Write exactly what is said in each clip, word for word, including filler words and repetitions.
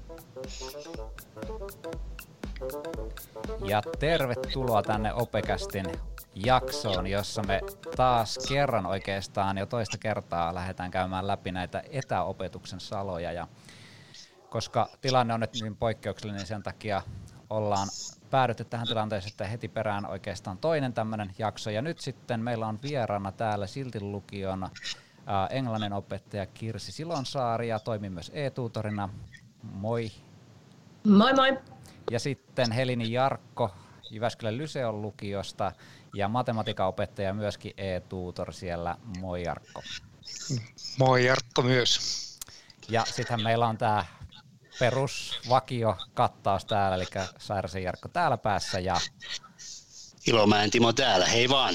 Ja tervetuloa tänne Opekästin jaksoon, jossa me taas kerran oikeastaan jo toista kertaa lähdetään käymään läpi näitä etäopetuksen saloja. Ja koska tilanne on nyt niin poikkeuksellinen, niin sen takia ollaan päädytty tähän tilanteeseen, että heti perään oikeastaan toinen tämmöinen jakso. Ja nyt sitten meillä on vieraana täällä Siltin lukion äh, englannin opettaja Kirsi Silonsaari ja toimii myös e-tuutorina. Moi. Moi moi. Ja sitten Helini Jarkko Jyväskylän Lyseon lukiosta ja matematiikan opettaja myöskin e-tuutor siellä. Moi Jarkko. Moi Jarkko myös. Ja sittenhän meillä on tää perusvakio kattaus täällä, eli Sairasen Jarkko täällä päässä ja Ilomäen Timo täällä, hei vaan.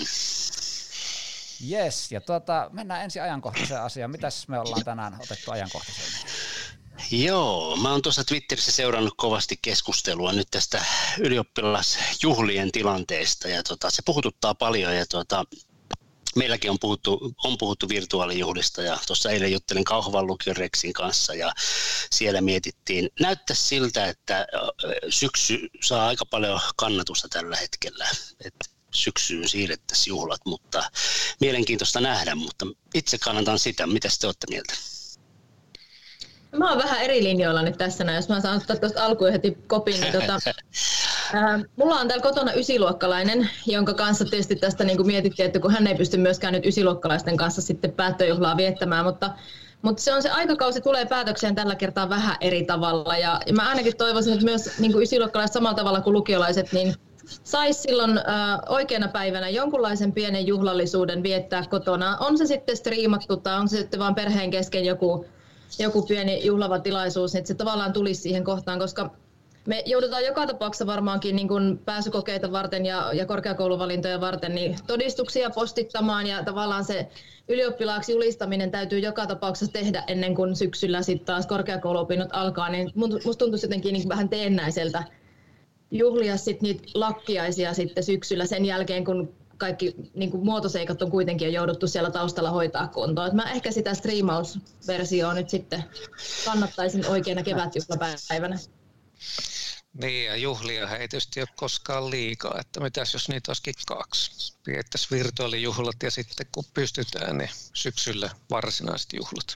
Jes, ja tuota, mennään ensin ajankohtaiseen asiaan. Mitäs me ollaan tänään otettu ajankohtaiseen? Joo, mä oon tuossa Twitterissä seurannut kovasti keskustelua nyt tästä ylioppilasjuhlien tilanteesta ja tota, se puhututtaa paljon ja tota, meilläkin on puhuttu, on puhuttu virtuaalijuhlista ja tuossa eilen juttelin Kauhavan lukion Reksin kanssa ja siellä mietittiin, näyttäisi siltä, että syksy saa aika paljon kannatusta tällä hetkellä, että syksyyn siirrettäisiin juhlat, mutta mielenkiintoista nähdä, mutta itse kannatan sitä. Mitäs te olette mieltä? Mä oon vähän eri linjoilla nyt tässä näin, jos mä saan ottaa tuosta alkuun heti kopin. Niin tota, ää, mulla on täällä kotona ysiluokkalainen, jonka kanssa tietysti tästä niin kuin mietittiin, että kun hän ei pysty myöskään nyt ysiluokkalaisten kanssa sitten päättöjuhlaa viettämään, mutta, mutta se on se aikakausi tulee päätökseen tällä kertaa vähän eri tavalla. Ja, ja mä ainakin toivoisin, että myös niin kuin ysiluokkalaiset samalla tavalla kuin lukiolaiset, niin saisi silloin ää, oikeana päivänä jonkunlaisen pienen juhlallisuuden viettää kotona. On se sitten striimattu tai on se sitten vaan perheen kesken joku joku pieni juhlava tilaisuus, niin se tavallaan tulisi siihen kohtaan, koska me joudutaan joka tapauksessa varmaankin niin kuin pääsykokeita varten ja, ja korkeakouluvalintoja varten niin todistuksia postittamaan ja tavallaan se ylioppilaaksi julistaminen täytyy joka tapauksessa tehdä ennen kuin syksyllä sitten taas korkeakouluopinnot alkaa, niin musta tuntuisi jotenkin niin vähän teennäiseltä juhlia sitten niitä lakkiaisia sitten syksyllä sen jälkeen, kun kaikki niin kuin muotoseikat on kuitenkin jo jouduttu siellä taustalla hoitaa kuntoon. Et mä ehkä sitä striimausversioa nyt sitten kannattaisin oikeana kevätjuhlapäivänä. Niin, ja juhlia ei tietysti ole koskaan liikaa, että mitäs jos niitä olisikin kaksi. Piettäisiin virtuaalijuhlat ja sitten kun pystytään, niin syksyllä varsinaiset juhlat.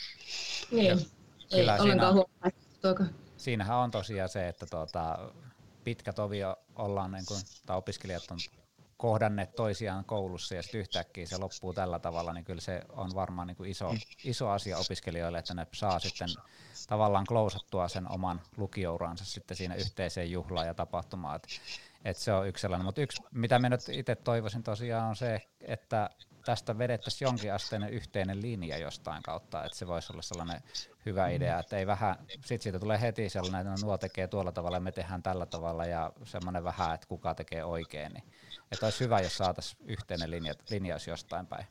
Niin, ei ollenkaan huomioon. Siinähän on tosiaan se, että tuota, pitkä tovi ollaan, niin kuin, tai opiskelijat on kohdanneet toisiaan koulussa ja sitten yhtäkkiä se loppuu tällä tavalla, niin kyllä se on varmaan niin kuin iso, iso asia opiskelijoille, että ne saa sitten tavallaan klousattua sen oman lukiouransa sitten siinä yhteiseen juhlaan ja tapahtumaan. Että et se on yksi sellainen, mutta yksi mitä minä nyt itse toivoisin tosiaan on se, että tästä vedettäisiin jonkinasteinen yhteinen linja jostain kautta, että se voisi olla sellainen hyvä idea, että ei vähän, sit siitä tulee heti sellainen, että no, nuo tekee tuolla tavalla ja me tehdään tällä tavalla ja semmoinen vähän, että kuka tekee oikein, niin että olisi hyvä, jos saataisiin yhteinen linja, linjaus jostain päin.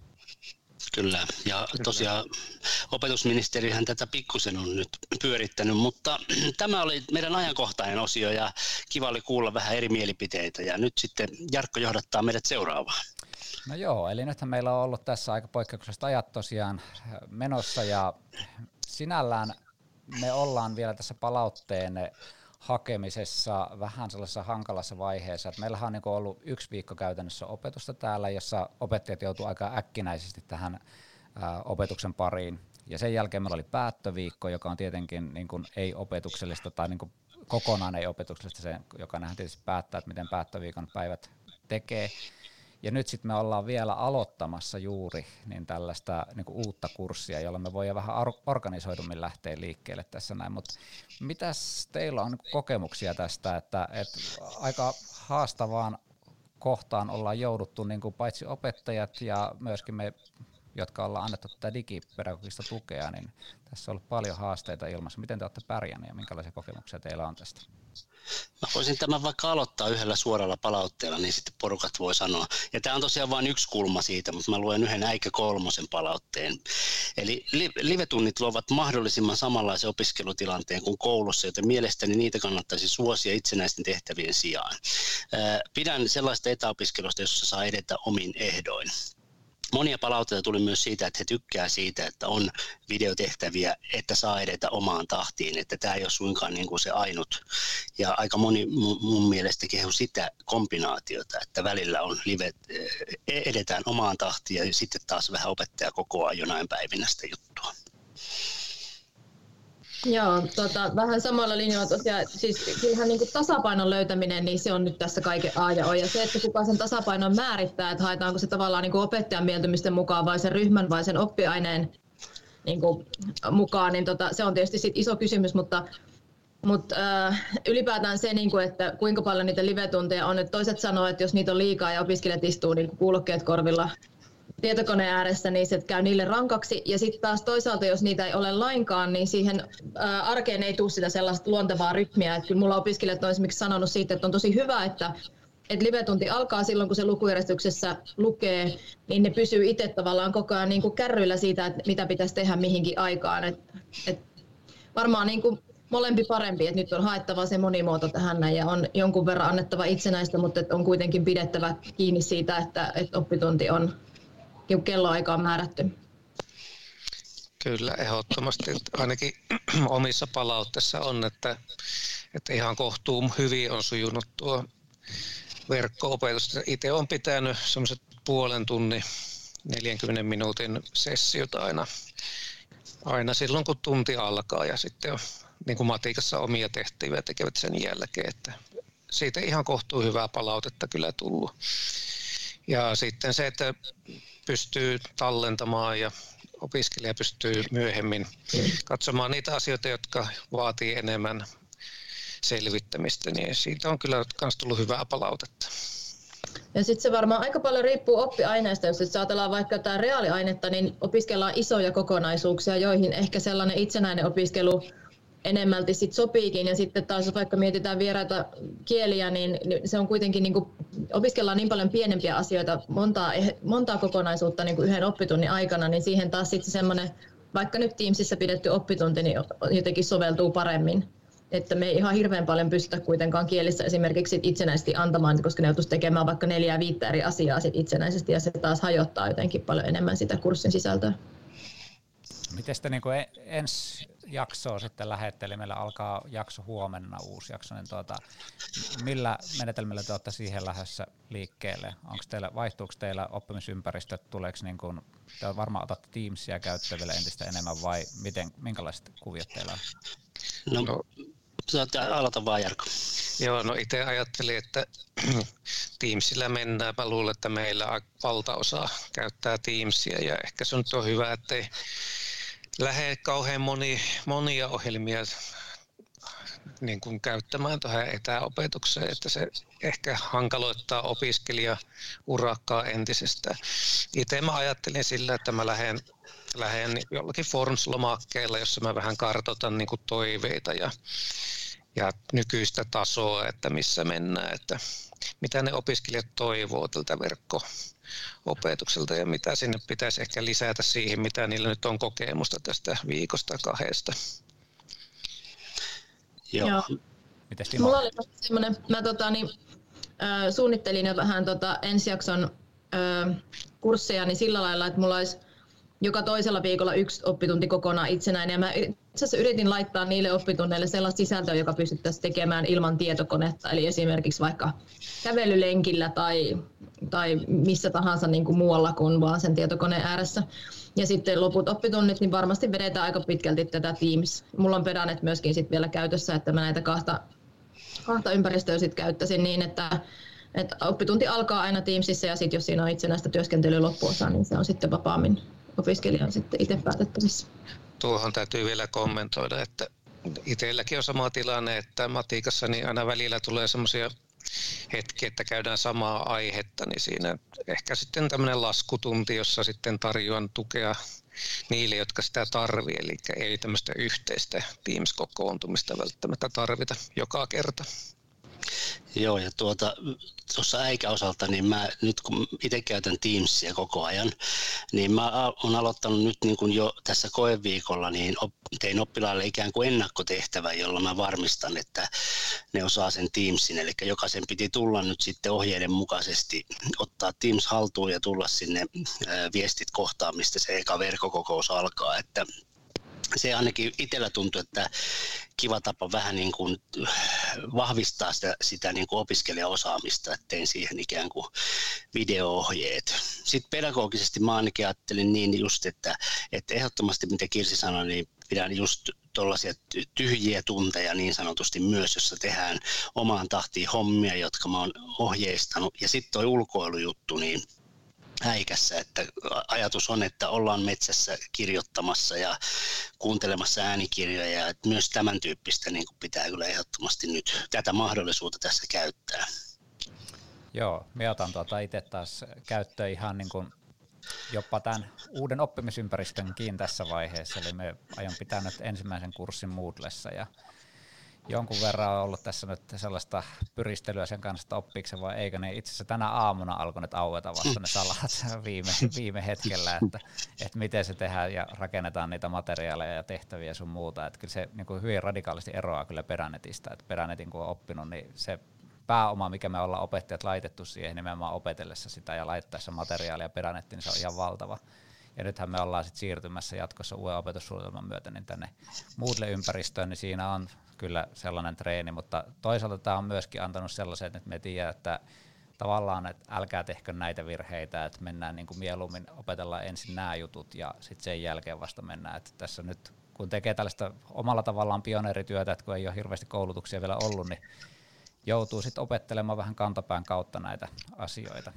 Kyllä, ja tosiaan opetusministerihän tätä pikkusen on nyt pyörittänyt, mutta tämä oli meidän ajankohtainen osio ja kiva oli kuulla vähän eri mielipiteitä ja nyt sitten Jarkko johdattaa meidät seuraavaan. No joo, eli nythän meillä on ollut tässä aika poikkeukselliset ajat tosiaan menossa ja sinällään me ollaan vielä tässä palautteen hakemisessa vähän sellaisessa hankalassa vaiheessa, että meillähän on niin kuin ollut yksi viikko käytännössä opetusta täällä, jossa opettajat joutuu aika äkkinäisesti tähän ää, opetuksen pariin. Ja sen jälkeen meillä oli päättöviikko, joka on tietenkin niin kuin ei-opetuksellista tai niin kuin kokonaan ei-opetuksellista, se, joka nähdään tietysti päättää, että miten päättöviikon päivät tekee. Ja nyt sitten me ollaan vielä aloittamassa juuri niin tällaista niin kuin uutta kurssia, jolla me voidaan vähän organisoidummin lähteä liikkeelle tässä näin. Mutta mitäs teillä on kokemuksia tästä, että, että aika haastavaan kohtaan ollaan jouduttu niin kuin paitsi opettajat ja myöskin me, jotka ollaan annettu tätä digipedagogista tukea, niin tässä on ollut paljon haasteita ilmassa. Miten te olette pärjänneet ja minkälaisia kokemuksia teillä on tästä? Mä voisin tämän vaikka aloittaa yhdellä suoralla palautteella, niin sitten porukat voi sanoa. Ja tämä on tosiaan vain yksi kulma siitä, mutta mä luen yhden Äikä Kolmosen palautteen. Eli live-tunnit luovat mahdollisimman samanlaisen opiskelutilanteen kuin koulussa, joten mielestäni niitä kannattaisi suosia itsenäisten tehtävien sijaan. Pidän sellaista etäopiskelusta, jossa saa edetä omin ehdoin. monia palautteita tuli myös siitä, että he tykkää siitä, että on videotehtäviä, että saa edetä omaan tahtiin, että tämä ei ole suinkaan niin kuin se ainut. Ja aika moni mun mielestä kehu sitä kombinaatiota, että välillä on live, edetään omaan tahtiin ja sitten taas vähän opettaja kokoaa jonain päivinä sitä juttua. Joo, tota, vähän samalla linjalla tosiaan, siis kyllähän niin kuin tasapainon löytäminen, niin se on nyt tässä kaiken A ja O. Ja se, että kuka sen tasapainon määrittää, että haetaanko se tavallaan niin kuin opettajan mieltymisten mukaan vai sen ryhmän vai sen oppiaineen niin kuin mukaan, niin tota, se on tietysti sit iso kysymys, mutta, mutta äh, ylipäätään se, niin kuin, että kuinka paljon niitä live-tunteja on, että toiset sanoo, että jos niitä on liikaa ja opiskelijat istuu niin kuin kuulokkeet korvilla tietokoneen ääressä, niin se käy niille rankaksi. Ja sitten taas toisaalta, jos niitä ei ole lainkaan, niin siihen ää, arkeen ei tule sitä sellaista luontevaa rytmiä. Että kyllä mulla opiskelijat on esimerkiksi sanonut siitä, että on tosi hyvä, että, että live-tunti alkaa silloin, kun se lukujärjestyksessä lukee, niin ne pysyy itse tavallaan koko ajan niin kuin kärryillä siitä, että mitä pitäisi tehdä mihinkin aikaan. Et, et varmaan niin kuin molempi parempi, että nyt on haettava se monimuoto tähän näin ja on jonkun verran annettava itsenäistä, mutta on kuitenkin pidettävä kiinni siitä, että, että oppitunti on kelloaika on määrätty. Kyllä, ehdottomasti. Ainakin omissa palautteissa on, että, että ihan kohtuun hyvin on sujunut tuo verkko-opetus. Itse olen pitänyt semmoiset puolen tunnin, neljänkymmenen minuutin sessiot aina, aina silloin, kun tunti alkaa ja sitten on niin kuin matikassa omia tehtäviä tekevät sen jälkeen. Että siitä ihan kohtuun hyvää palautetta kyllä tullut. Ja sitten se, että pystyy tallentamaan ja opiskelija pystyy myöhemmin katsomaan niitä asioita, jotka vaatii enemmän selvittämistä, niin siitä on kyllä myös tullut hyvää palautetta. Ja sitten se varmaan aika paljon riippuu oppiaineesta, jos ajatellaan vaikka jotain reaaliainetta, niin opiskellaan isoja kokonaisuuksia, joihin ehkä sellainen itsenäinen opiskelu enemmälti sit sopiikin, ja sitten taas jos vaikka mietitään vieraita kieliä, niin se on kuitenkin, niin kuin, opiskellaan niin paljon pienempiä asioita, montaa, montaa kokonaisuutta niin kuin yhden oppitunnin aikana, niin siihen taas sitten semmoinen, vaikka nyt Teamsissa pidetty oppitunti, niin jotenkin soveltuu paremmin. Että me ei ihan hirveän paljon pystytä kuitenkaan kielissä esimerkiksi itsenäisesti antamaan, koska ne joutuisi tekemään vaikka neljää viittä eri asiaa sit itsenäisesti, ja se taas hajottaa jotenkin paljon enemmän sitä kurssin sisältöä. Miten sitten niin ensi jaksoa sitten lähette, eli meillä alkaa jakso huomenna, uusi jakso, niin tuota, millä menetelmillä te olette siihen lähdössä liikkeelle? Onko teillä, vaihtuuko teillä oppimisympäristöt, tuleeko niin kuin, te varmaan otatte Teamsia käyttöön vielä entistä enemmän vai miten, minkälaiset kuviot teillä on? No, no aloita vaan, Jarkko. Joo, no itse ajattelin, että Teamsillä mennään. Mä luulen, että meillä valtaosa käyttää Teamsia ja ehkä se nyt on hyvä, ettei lähde kauhean moni, monia ohjelmia niin kuin käyttämään tuohon etäopetukseen, että se ehkä hankaloittaa opiskelija-urakkaa entisestään. Itse mä ajattelin sillä, että mä lähden, lähden jollakin Forms-lomakkeella, jossa mä vähän kartoitan niin kuin toiveita ja, ja nykyistä tasoa, että missä mennään, että mitä ne opiskelijat toivoo tältä verkko-opetukselta ja mitä sinne pitäisi ehkä lisätä siihen, mitä niillä nyt on kokemusta tästä viikosta kahdesta. Joo. Joo. Mites Timo? Mulla oli semmoinen, mä tota, niin, äh, suunnittelin jo vähän tota, ensi jakson äh, kursseja niin sillä lailla, että mulla olisi joka toisella viikolla yksi oppitunti kokonaan itsenäinen. Ja mä itse asiassa yritin laittaa niille oppitunneille sellaista sisältöä, joka pystyttäisiin tekemään ilman tietokonetta. Eli esimerkiksi vaikka kävelylenkillä tai, tai missä tahansa niin kuin muualla kuin vaan sen tietokoneen ääressä. Ja sitten loput oppitunnit, niin varmasti vedetään aika pitkälti tätä Teams. Mulla on Pedanet myöskin sit vielä käytössä, että mä näitä kahta, kahta ympäristöä sit käyttäisin niin, että, että oppitunti alkaa aina Teamsissa ja sitten jos siinä on itsenäistä työskentelyä loppuosa, niin se on sitten vapaammin opiskelijan sitten itse päätettävissä. Tuohon täytyy vielä kommentoida, että itselläkin on sama tilanne, että matikassa niin aina välillä tulee semmoisia hetki, että käydään samaa aihetta, niin siinä ehkä sitten tämmöinen laskutunti, jossa sitten tarjoan tukea niille, jotka sitä tarvii, eli ei tämmöistä yhteistä Teams-kokoontumista välttämättä tarvita joka kerta. Joo, ja tuota, tuossa äikä osalta, niin mä nyt kun itse käytän Teamsia koko ajan, niin mä oon aloittanut nyt niin kuin jo tässä koeviikolla, niin tein oppilaille ikään kuin ennakkotehtävän, jolla mä varmistan, että ne osaa sen Teamsin, eli jokaisen piti tulla nyt sitten ohjeiden mukaisesti, ottaa Teams haltuun ja tulla sinne viestit kohtaan, mistä se eka verkkokokous alkaa, että se ainakin itsellä tuntuu, että kiva tapa vähän niin kuin vahvistaa sitä, sitä niin kuin opiskelijaosaamista, että tein siihen ikään kuin video-ohjeet. Sitten pedagogisesti mä ainakin ajattelin niin just, että, että ehdottomasti mitä Kirsi sanoi, niin pidän just tuollaisia tyhjiä tunteja niin sanotusti myös, jossa tehdään omaan tahtiin hommia, jotka mä oon ohjeistanut. Ja sitten toi ulkoilujuttu, niin äikässä, että ajatus on, että ollaan metsässä kirjoittamassa ja kuuntelemassa äänikirjoja, että myös tämän tyyppistä niin kuin pitää kyllä ehdottomasti nyt tätä mahdollisuutta tässä käyttää. Joo, me otan tuota itse taas käyttöön ihan niin kuin jopa tämän uuden oppimisympäristönkin tässä vaiheessa, eli me aion pitää nyt ensimmäisen kurssin Moodlessa ja jonkun verran on ollut tässä nyt sellaista pyristelyä sen kanssa, että oppiiko se vai eikö, niin itse asiassa tänä aamuna alkoi nyt aueta vasta ne salat viime, viime hetkellä, että, että miten se tehdään ja rakennetaan niitä materiaaleja ja tehtäviä sun muuta, että kyllä se niin kuin hyvin radikaalisti eroaa kyllä Peränetistä, että Peränetin kun on oppinut, niin se pääoma, mikä me ollaan opettajat laitettu siihen nimenomaan opetellessa sitä ja laittaessa materiaalia Peränettiin, niin se on ihan valtava. Ja nythän me ollaan sit siirtymässä jatkossa uuden opetussuunnitelman myötä niin tänne Moodle-ympäristöön, niin siinä on kyllä sellainen treeni, mutta toisaalta tämä on myöskin antanut sellaisen, että me tiedetään, että tavallaan, että älkää tehkö näitä virheitä, että mennään niin kuin mieluummin opetellaan ensin nämä jutut ja sitten sen jälkeen vasta mennään. Että tässä nyt, kun tekee tällaista omalla tavallaan pioneerityötä, että kun ei ole hirveästi koulutuksia vielä ollut, niin joutuu sitten opettelemaan vähän kantapään kautta näitä asioita.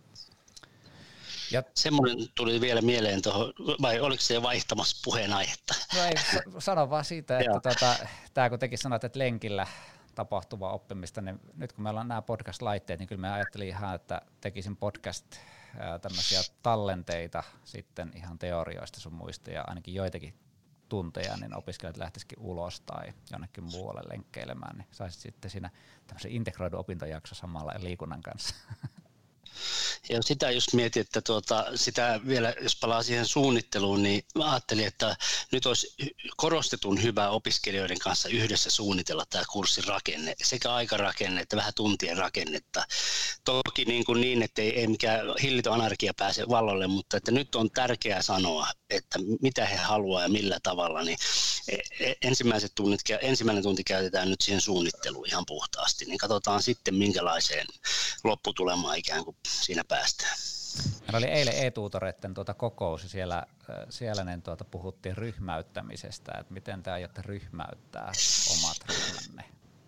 Ja semmoinen tuli vielä mieleen tuohon, vai oliko se vaihtamassa puheenaihetta? No ei, sano vaan siitä, että tota, tämä kun tekin sanoit, että lenkillä tapahtuvaa oppimista, niin nyt kun meillä on nämä podcast-laitteet, niin kyllä me ajattelin ihan, että tekisin podcast tämmöisiä tallenteita sitten ihan teorioista sun muista ja ainakin joitakin tunteja, niin opiskelijat lähtisikin ulos tai jonnekin muualle lenkkeilemään, niin saisit sitten siinä tämmöisen integroidun opintojakso samalla liikunnan kanssa. Ja sitä just mietin, että tuota, sitä vielä, jos palaa siihen suunnitteluun, niin mä ajattelin, että nyt olisi korostetun hyvä opiskelijoiden kanssa yhdessä suunnitella tämä kurssin rakenne, sekä aikarakenne että vähän tuntien rakennetta. Toki niin, kuin niin että ei, ei mikään hillitön anarkia pääse vallolle, mutta että nyt on tärkeää sanoa, että mitä he haluaa ja millä tavalla, niin ensimmäiset tunnit, ensimmäinen tunti käytetään nyt siihen suunnitteluun ihan puhtaasti, niin katsotaan sitten minkälaiseen lopputulemaan ikään kuin siinä päästään. Meillä oli eilen e-tuutoreiden tuota kokous ja siellä, siellä niin tuota puhuttiin ryhmäyttämisestä, että miten te aiotte ryhmäyttää omat ryhmänne.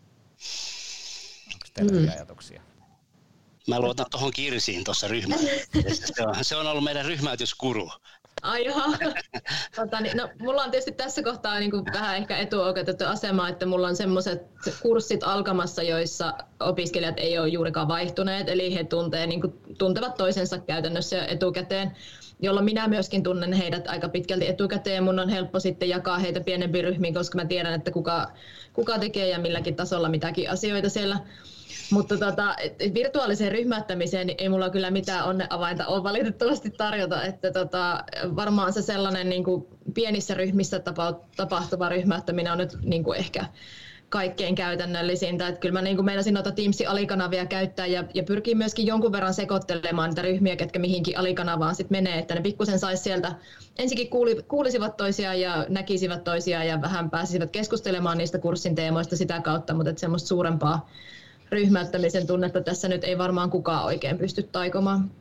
Onko teillä mm. ajatuksia? Mä luotan tuohon Kirsiin tuossa ryhmäytyksessä. Se on, se on ollut meidän ryhmäytyskuru. Ai jaha. Tota, niin, no, mulla on tietysti tässä kohtaa niin kuin vähän ehkä etuoikeutettu asema, että mulla on semmoiset kurssit alkamassa, joissa opiskelijat ei ole juurikaan vaihtuneet, eli he tuntee, niin kuin, tuntevat toisensa käytännössä etukäteen, jolloin minä myöskin tunnen heidät aika pitkälti etukäteen. Mun on helppo sitten jakaa heitä pienempiin ryhmiin, koska mä tiedän, että kuka, kuka tekee ja milläkin tasolla mitäkin asioita siellä. Mutta tota, virtuaaliseen ryhmäyttämiseen ei mulla kyllä mitään onneavainta ole valitettavasti tarjota, että tota, varmaan se sellainen niin kuin pienissä ryhmissä tapahtuva ryhmäyttäminen on nyt niin kuin ehkä kaikkein käytännöllisintä. Että kyllä mä niin kuin meinasin noita Teamsin alikanavia käyttää ja, ja pyrkii myöskin jonkun verran sekoittelemaan niitä ryhmiä, ketkä mihinkin alikanavaan sitten menee, että ne pikkusen saisi sieltä ensinnäkin kuuli, kuulisivat toisiaan ja näkisivät toisiaan ja vähän pääsisivät keskustelemaan niistä kurssin teemoista sitä kautta, mutta että semmoista suurempaa ryhmäyttämisen tunnetta tässä nyt ei varmaan kukaan oikein pysty taikomaan.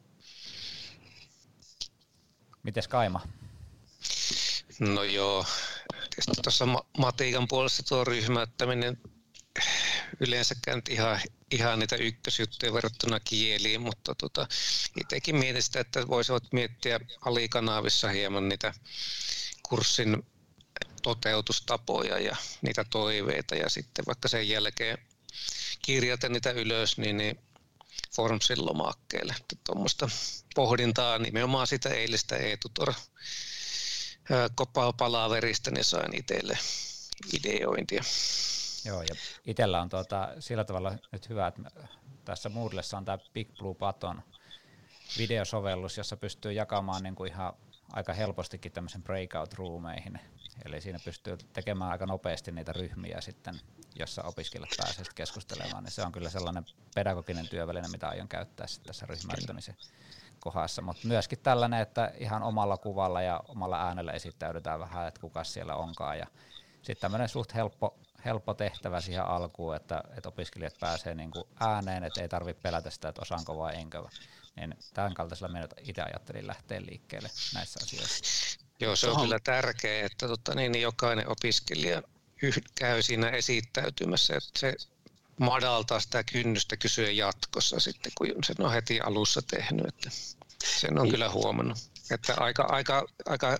Mites Kaima? No joo, tietysti tuossa matiikan puolesta tuo ryhmäyttäminen yleensäkään ihan, ihan niitä ykkösjuttuja verrattuna kieliin, mutta tota, itsekin mietin sitä, että voisivat miettiä alikanavissa hieman niitä kurssin toteutustapoja ja niitä toiveita ja sitten vaikka sen jälkeen kirjata niitä ylös niin, niin Formsin lomakkeelle. Tuommoista pohdintaa nimenomaan sitä eilistä e-tutor palaverista, niin sain itselle ideointia. Joo, ja itsellä on tuota, sillä tavalla nyt hyvä, että tässä Moodlessa on tämä Big Blue Button videosovellus, jossa pystyy jakamaan niin kuin ihan aika helpostikin tämmöisen breakout-roomeihin. Eli siinä pystyy tekemään aika nopeasti niitä ryhmiä sitten, jossa opiskelijat pääsee keskustelemaan. Niin se on kyllä sellainen pedagoginen työväline, mitä aion käyttää tässä ryhmäyttämisen kohdassa. Mutta myöskin tällainen, että ihan omalla kuvalla ja omalla äänellä esittäydytään vähän, että kuka siellä onkaan. Ja sitten tämmöinen suht helppo, helppo tehtävä siihen alkuun, että, että opiskelijat pääsee niinku ääneen, että ei tarvitse pelätä sitä, että osaanko vai enkö. Niin tämän kaltaisella minä itse ajattelin lähteä liikkeelle näissä asioissa. Joo, se on Tuohon. kyllä tärkeää, että tota, niin, niin jokainen opiskelija yh- käy siinä esittäytymässä, että se madaltaa sitä kynnystä kysyä jatkossa sitten, kun sen on heti alussa tehnyt. Että sen on kyllä huomannut, että aika, aika, aika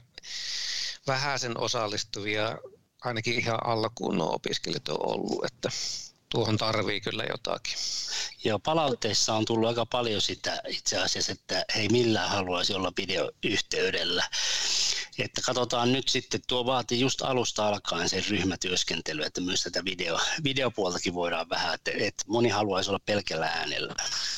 vähäisen osallistuvia, ainakin ihan alkuun nuo opiskelijat on ollut, että tuohon tarvii kyllä jotakin. Joo, palautteissa on tullut aika paljon sitä itse asiassa, että he ei millään haluaisi olla videoyhteydellä. Että katsotaan nyt sitten, tuo vaatii just alusta alkaen sen ryhmätyöskentely, että myös tätä video, videopuoltakin voidaan vähän, että, että moni haluaisi olla pelkällä äänellä.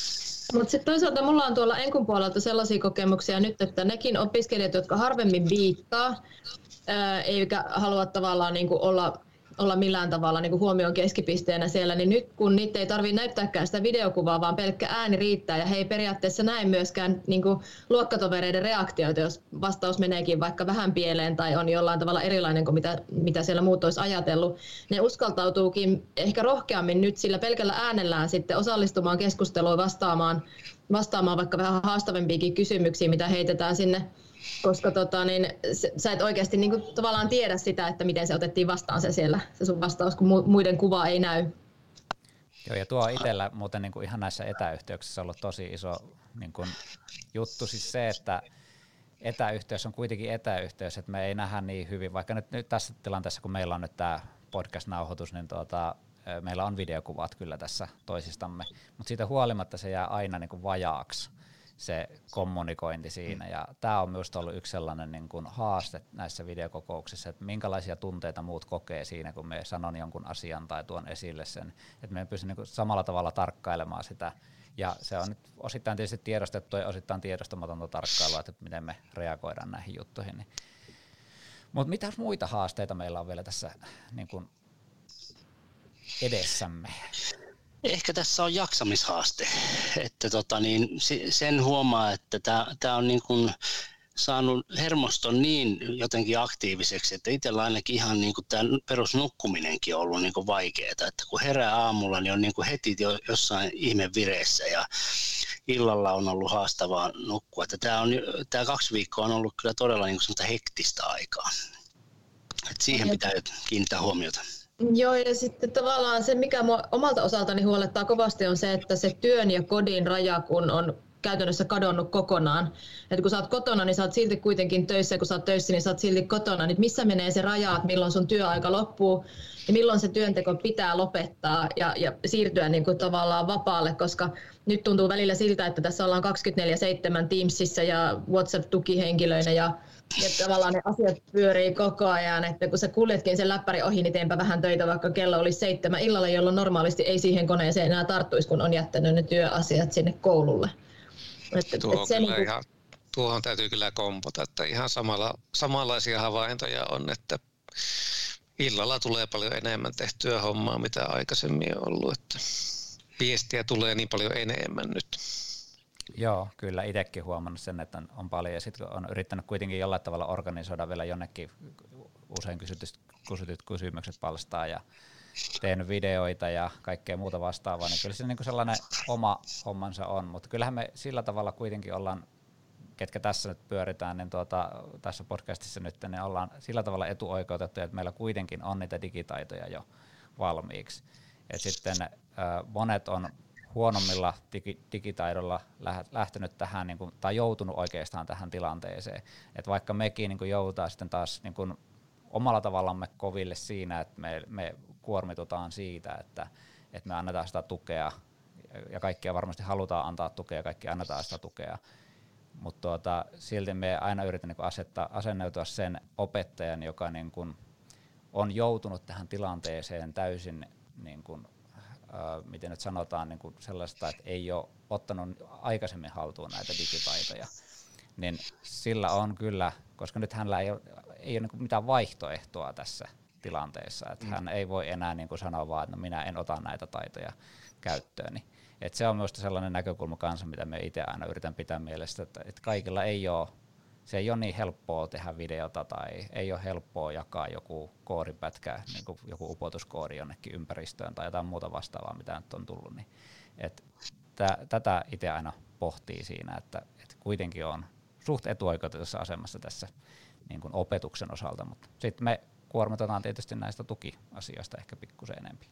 Mutta sitten toisaalta mulla on tuolla Enkun puolelta sellaisia kokemuksia nyt, että nekin opiskelijat, jotka harvemmin viittaa, ää, eikä halua tavallaan niinku olla, olla millään tavalla niinku huomion keskipisteenä siellä, niin nyt kun niitä ei tarvitse näyttääkään sitä videokuvaa, vaan pelkkä ääni riittää, ja he ei periaatteessa näe myöskään niinku luokkatovereiden reaktioita, jos vastaus meneekin vaikka vähän pieleen tai on jollain tavalla erilainen kuin mitä, mitä siellä muut olisi ajatellut, ne uskaltautuukin ehkä rohkeammin nyt sillä pelkällä äänellään sitten osallistumaan keskusteluun, vastaamaan, vastaamaan vaikka vähän haastavampiakin kysymyksiä, mitä heitetään sinne, koska tota, niin, sä et oikeasti niin kuin, tavallaan tiedä sitä, että miten se otettiin vastaan se siellä, se sun vastaus, kun muiden kuva ei näy. Joo, ja tuo on itsellä muuten niin kuin ihan näissä etäyhteyksissä ollut tosi iso niin kuin juttu, siis se, että etäyhteys on kuitenkin etäyhteys, että me ei nähdä niin hyvin, vaikka nyt, nyt tässä tilanteessa, kun meillä on nyt tämä podcast-nauhoitus, niin tuota, meillä on videokuvat kyllä tässä toisistamme, mutta siitä huolimatta se jää aina niin kuin vajaaksi se kommunikointi siinä, ja tämä on myös ollut yksi sellainen niin kuin haaste näissä videokokouksissa, että minkälaisia tunteita muut kokee siinä, kun me sanon jonkun asian tai tuon esille sen, että me pysty niin kuin samalla tavalla tarkkailemaan sitä, ja se on nyt osittain tietysti tiedostettu ja osittain tiedostamatonta tarkkailua, että miten me reagoidaan näihin juttuihin. Mutta mitä muita haasteita meillä on vielä tässä niin kuin edessämme? Ehkä tässä on jaksamishaaste, että tota niin, sen huomaa, että tämä on niin kuin saanut hermoston niin jotenkin aktiiviseksi, että itsellä ainakin ihan niin kuin tämä perusnukkuminenkin on ollut niin kuin vaikeaa, että kun herää aamulla, niin on niin kuin heti jo jossain ihmevireessä ja illalla on ollut haastavaa nukkua. Että tämä, on, tämä kaksi viikkoa on ollut kyllä todella niin kuin semmoista hektistä aikaa, että siihen pitää kiinnittää huomiota. Joo, ja sitten tavallaan se, mikä mua omalta osaltani huolettaa kovasti, on se, että se työn ja kodin raja, kun on käytännössä kadonnut kokonaan. Että kun sä oot kotona, niin sä oot silti kuitenkin töissä, ja kun sä oot töissä, niin sä oot silti kotona. Niin missä menee se raja, että milloin sun työaika loppuu, ja milloin se työnteko pitää lopettaa ja, ja siirtyä niin kuin tavallaan vapaalle, koska nyt tuntuu välillä siltä, että tässä ollaan kaksikymmentäneljä seitsemän Teamsissa ja WhatsApp-tukihenkilöinä, ja ja tavallaan ne asiat pyörii koko ajan, että kun sä kuljetkin sen läppärin ohi, niin teenpä vähän töitä, vaikka kello olisi seitsemän illalla, jolloin normaalisti ei siihen koneeseen enää tarttuisi, kun on jättänyt ne työasiat sinne koululle. Että, Tuo et se niin kuin... ihan, tuohon täytyy kyllä kompata, että ihan samalla, samanlaisia havaintoja on, että illalla tulee paljon enemmän tehtyä hommaa, mitä aikaisemmin on ollut, että viestiä tulee niin paljon enemmän nyt. Joo, kyllä itsekin huomannut sen, että on, on paljon, ja sitten on yrittänyt kuitenkin jollain tavalla organisoida vielä jonnekin usein kysytyt, kysytyt kysymykset palstaa ja tehnyt videoita ja kaikkea muuta vastaavaa, niin kyllä se niin kuin sellainen oma hommansa on, mutta kyllähän me sillä tavalla kuitenkin ollaan, ketkä tässä nyt pyöritään, niin tuota, tässä podcastissa nyt, niin ollaan sillä tavalla etuoikeutettuja, että meillä kuitenkin on niitä digitaitoja jo valmiiksi. Et sitten äh, monet on huonommilla digi- digitaidolla lähtenyt tähän, niin kuin, tai joutunut oikeastaan tähän tilanteeseen. Et vaikka mekin niin kuin joudutaan sitten taas niin kuin omalla tavallamme koville siinä, että me, me kuormitutaan siitä, että, että me annetaan sitä tukea, ja kaikkia varmasti halutaan antaa tukea, ja kaikki annetaan sitä tukea, mutta tuota, silti me aina yritän niin kuin asettaa, asenneutua sen opettajan, joka niin kuin on joutunut tähän tilanteeseen täysin, niin kuin, äh, miten nyt sanotaan, niin kuin sellaista, että ei ole ottanut aikaisemmin haltuun näitä digitaitoja, niin sillä on kyllä, koska nyt hänellä ei ole, ei ole niin kuin mitään vaihtoehtoa tässä tilanteessa, että mm. hän ei voi enää niin kuin sanoa vaan, että no minä en ota näitä taitoja käyttöön. Et se on myös sellainen näkökulma kanssa, mitä me itse aina yritän pitää mielessä, että, että kaikilla ei ole, se ei ole niin helppoa tehdä videota tai ei ole helppoa jakaa joku koodipätkä, niin kuin joku upotuskoodi jonnekin ympäristöön tai jotain muuta vastaavaa, mitä nyt on tullut. Niin, et tä, tätä itse aina pohtii siinä, että, että kuitenkin on suht etuoikeutetussa asemassa tässä niin kuin opetuksen osalta, mutta sitten me kuormitetaan tietysti näistä tukiasioista ehkä pikkusen enemmän.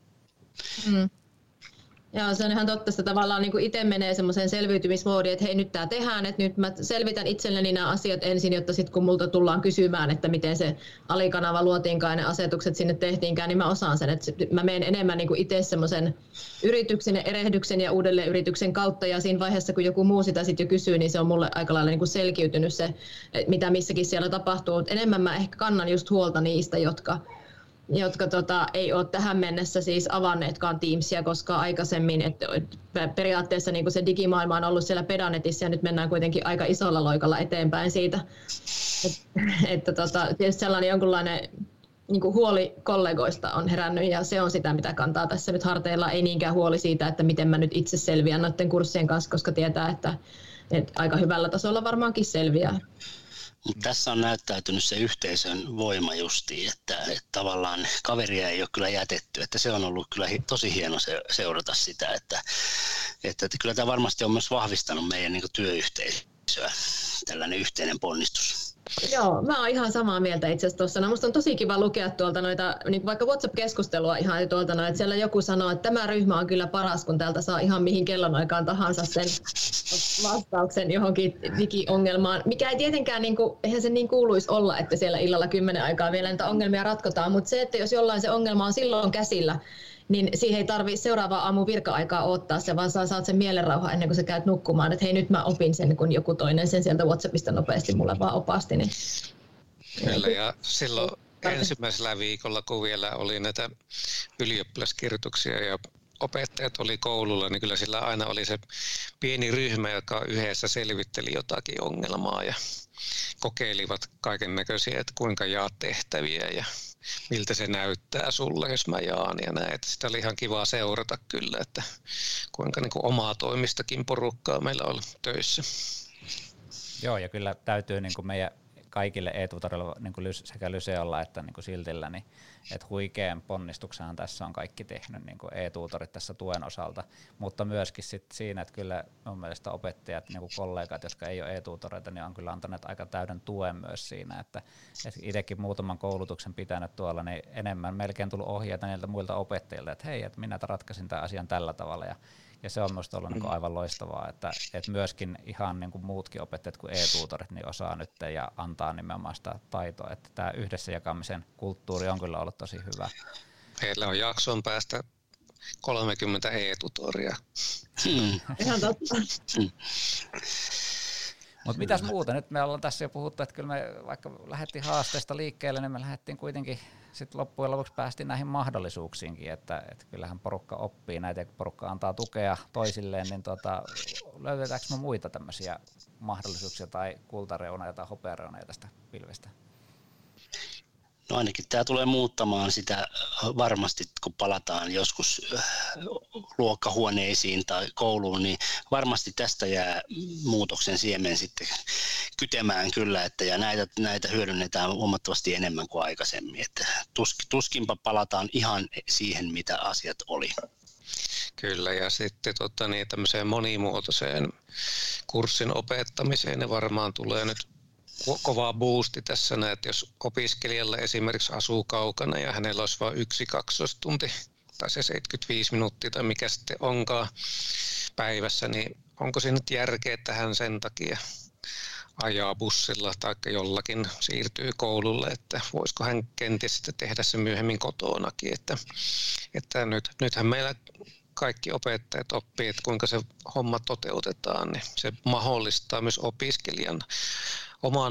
Mm. Joo, se on ihan totta, että tavallaan niin itse menee semmoiseen selviytymismoodiin, että hei nyt tämä tehdään, että nyt mä selvitän itselleni nämä asiat ensin, jotta sitten kun multa tullaan kysymään, että miten se alikanava luotiinkaan ja ne asetukset sinne tehtiinkään, niin mä osaan sen, että mä menen enemmän niin itse semmoisen yrityksen ja erehdyksen ja uudelleen yrityksen kautta ja siinä vaiheessa kun joku muu sitä sitten jo kysyy, niin se on mulle aika lailla niin selkiytynyt se, mitä missäkin siellä tapahtuu, mutta enemmän mä ehkä kannan just huolta niistä, jotka jotka tota, ei ole tähän mennessä siis avanneetkaan Teamsia koskaan aikaisemmin. Et periaatteessa niin se digimaailma on ollut siellä Pedanetissa ja nyt mennään kuitenkin aika isolla loikalla eteenpäin siitä. Et, että tota, tietysti sellainen jonkunlainen niin huoli kollegoista on herännyt ja se on sitä, mitä kantaa tässä nyt harteilla. Ei niinkään huoli siitä, että miten mä nyt itse selviän noiden kurssien kanssa, koska tietää, että, että aika hyvällä tasolla varmaankin selviää. Mutta tässä on näyttäytynyt se yhteisön voima justiin, että, että tavallaan kaveria ei ole kyllä jätetty, että se on ollut kyllä tosi hieno seurata sitä, että, että, että kyllä tämä varmasti on myös vahvistanut meidän niin kuin työyhteisöä, tällainen yhteinen ponnistus. Joo, mä oon ihan samaa mieltä itse asiassa tuossa. No, musta on tosi kiva lukea tuolta noita, niin vaikka WhatsApp-keskustelua ihan tuolta noita, että siellä joku sanoo, että tämä ryhmä on kyllä paras, kun täältä saa ihan mihin kellonaikaan tahansa sen vastauksen johonkin digiongelmaan, mikä ei tietenkään, niin kuin, eihän se niin kuuluisi olla, että siellä illalla kymmenen aikaa vielä niitä ongelmia ratkotaan, mutta se, että jos jollain se ongelma on silloin käsillä, niin siihen ei tarvitse seuraavaa aamun virka-aikaa odottaa se, vaan sä saat sen mielenrauhan ennen kuin sä käyt nukkumaan, että hei nyt mä opin sen, kun joku toinen sen sieltä WhatsAppista nopeasti mulle vaan opasti. Niin... Kyllä, ja silloin ensimmäisellä viikolla, kun vielä oli näitä ylioppilaskirjoituksia ja opettajat oli koululla, niin kyllä sillä aina oli se pieni ryhmä, joka yhdessä selvitteli jotakin ongelmaa ja kokeilivat kaiken näköisiä, että kuinka jaat tehtäviä ja miltä se näyttää sulle, jos mä jaan ja näin. Että sitä oli ihan kiva seurata kyllä, että kuinka niin kuin omaa toimistakin porukkaa meillä on töissä. Joo, ja kyllä täytyy niin kuin meidän kaikille e-tutorilla niin kuin sekä Lyseolla että niin kuin Siltillä, niin että huikean ponnistuksenhan tässä on kaikki tehnyt niin kuin e-tutorit tässä tuen osalta, mutta myöskin sit siinä, että kyllä mun mielestä opettajat, niin kuin kollegat, jotka ei ole e-tutoreita, niin on kyllä antaneet aika täyden tuen myös siinä, että, että itsekin muutaman koulutuksen pitänyt tuolla, niin enemmän melkein tullut ohjeita niiltä muilta opettajilta, että hei, että minä ratkaisin tämän asian tällä tavalla, ja Ja se on minusta ollut niin aivan loistavaa, että, että myöskin ihan niin kuin muutkin opettajat kuin e-tutorit niin osaa nyt ja antaa nimenomaan sitä taitoa, että tämä yhdessä jakamisen kulttuuri on kyllä ollut tosi hyvä. Heillä on jakson päästä kolmekymmentä e-tutoria. Hmm. Ihan totta. Mutta mitäs muuta? Nyt me ollaan tässä jo puhuttu, että kyllä me vaikka lähdettiin haasteesta liikkeelle, niin me lähdettiin kuitenkin sitten loppujen lopuksi päästiin näihin mahdollisuuksiinkin, että, että kyllähän porukka oppii näitä ja kun porukka antaa tukea toisilleen, niin tota, löydetäänkö me muita tämmöisiä mahdollisuuksia tai kultareunoja tai hopeareunoja tästä pilvestä? No ainakin tämä tulee muuttamaan sitä varmasti, kun palataan joskus luokkahuoneisiin tai kouluun, niin varmasti tästä jää muutoksen siemen sitten kytemään kyllä, että ja näitä, näitä hyödynnetään huomattavasti enemmän kuin aikaisemmin, että tus, tuskinpa palataan ihan siihen, mitä asiat oli. Kyllä, ja sitten tota, niin, tämmöiseen monimuotoiseen kurssin opettamiseen ne varmaan tulee nyt kova boosti tässä, että jos opiskelijalla esimerkiksi asuu kaukana ja hänellä olisi vain yksi kaksoistunti tai se seitsemänkymmentäviisi minuuttia tai mikä sitten onkaan päivässä, niin onko siinä nyt järkeä, että hän sen takia ajaa bussilla tai jollakin siirtyy koululle, että voisiko hän kenties sitten tehdä se myöhemmin kotonakin, että, että nyt, nythän meillä kaikki opettajat oppii, että kuinka se homma toteutetaan, niin se mahdollistaa myös opiskelijan oman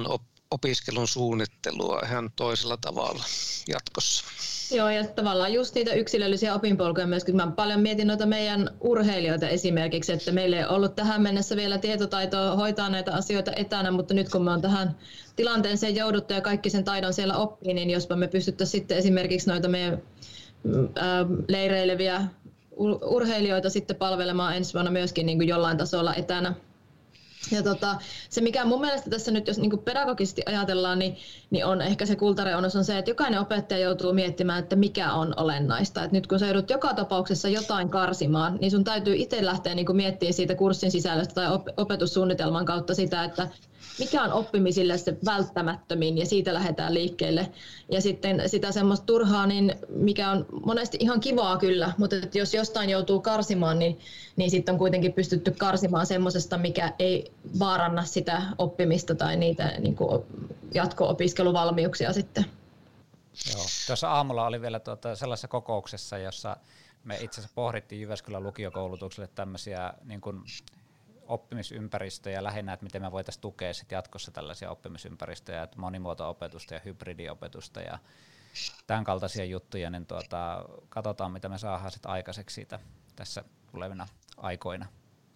opiskelun suunnittelua ihan toisella tavalla jatkossa. Joo, ja tavallaan just niitä yksilöllisiä opinpolkuja myöskin. Mä paljon mietin noita meidän urheilijoita esimerkiksi, että meillä ei ollut tähän mennessä vielä tietotaitoa hoitaa näitä asioita etänä, mutta nyt kun me on tähän tilanteeseen jouduttu ja kaikki sen taidon siellä oppii, niin jospa me pystyttäisiin sitten esimerkiksi noita meidän ää, leireileviä urheilijoita sitten palvelemaan ensi vuonna myöskin niin kuin jollain tasolla etänä. Ja tota, se mikä mun mielestä tässä nyt, jos niin pedagogisesti ajatellaan, niin, niin on ehkä se kultareunus on se, että jokainen opettaja joutuu miettimään, että mikä on olennaista. Et nyt kun sä joudut joka tapauksessa jotain karsimaan, niin sun täytyy itse lähteä niin miettimään siitä kurssin sisällöstä tai op- opetussuunnitelman kautta sitä, että mikä on oppimisille se välttämättömin ja siitä lähdetään liikkeelle. Ja sitten sitä semmoista turhaa, niin mikä on monesti ihan kivaa kyllä, mutta jos jostain joutuu karsimaan, niin, niin sitten on kuitenkin pystytty karsimaan semmoisesta, mikä ei vaaranna sitä oppimista tai niitä niin kuin jatko-opiskeluvalmiuksia sitten. Joo. Tuossa aamulla oli vielä tuota sellaisessa kokouksessa, jossa me itse asiassa pohdittiin Jyväskylän lukiokoulutukselle tämmöisiä niin kuin oppimisympäristöjä lähinnä, että miten me voitaisiin tukea sit jatkossa tällaisia oppimisympäristöjä, että monimuoto-opetusta ja hybridiopetusta ja tämän kaltaisia juttuja, niin tuota, katsotaan mitä me saadaan sit aikaiseksi siitä tässä tulevina aikoina.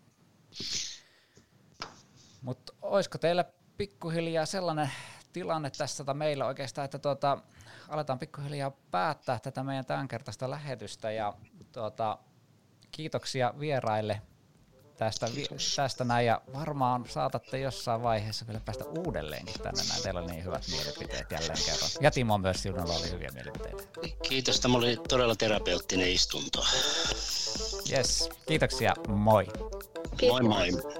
Mutta olisiko teillä pikkuhiljaa sellainen tilanne tässä tota meillä oikeastaan, että tuota, aletaan pikkuhiljaa päättää tätä meidän tämänkertaista lähetystä ja tuota, kiitoksia vieraille tästä, tästä näin ja varmaan saatatte jossain vaiheessa vielä päästä uudelleenkin tänne näin. Teillä oli niin hyvät mielipiteet jälleen kerran. Ja Timo myös, sinulla oli hyviä mielipiteitä. Kiitos, tämä oli todella terapeuttinen istunto. Yes, kiitoksia, moi. Kiitos. Moi moi.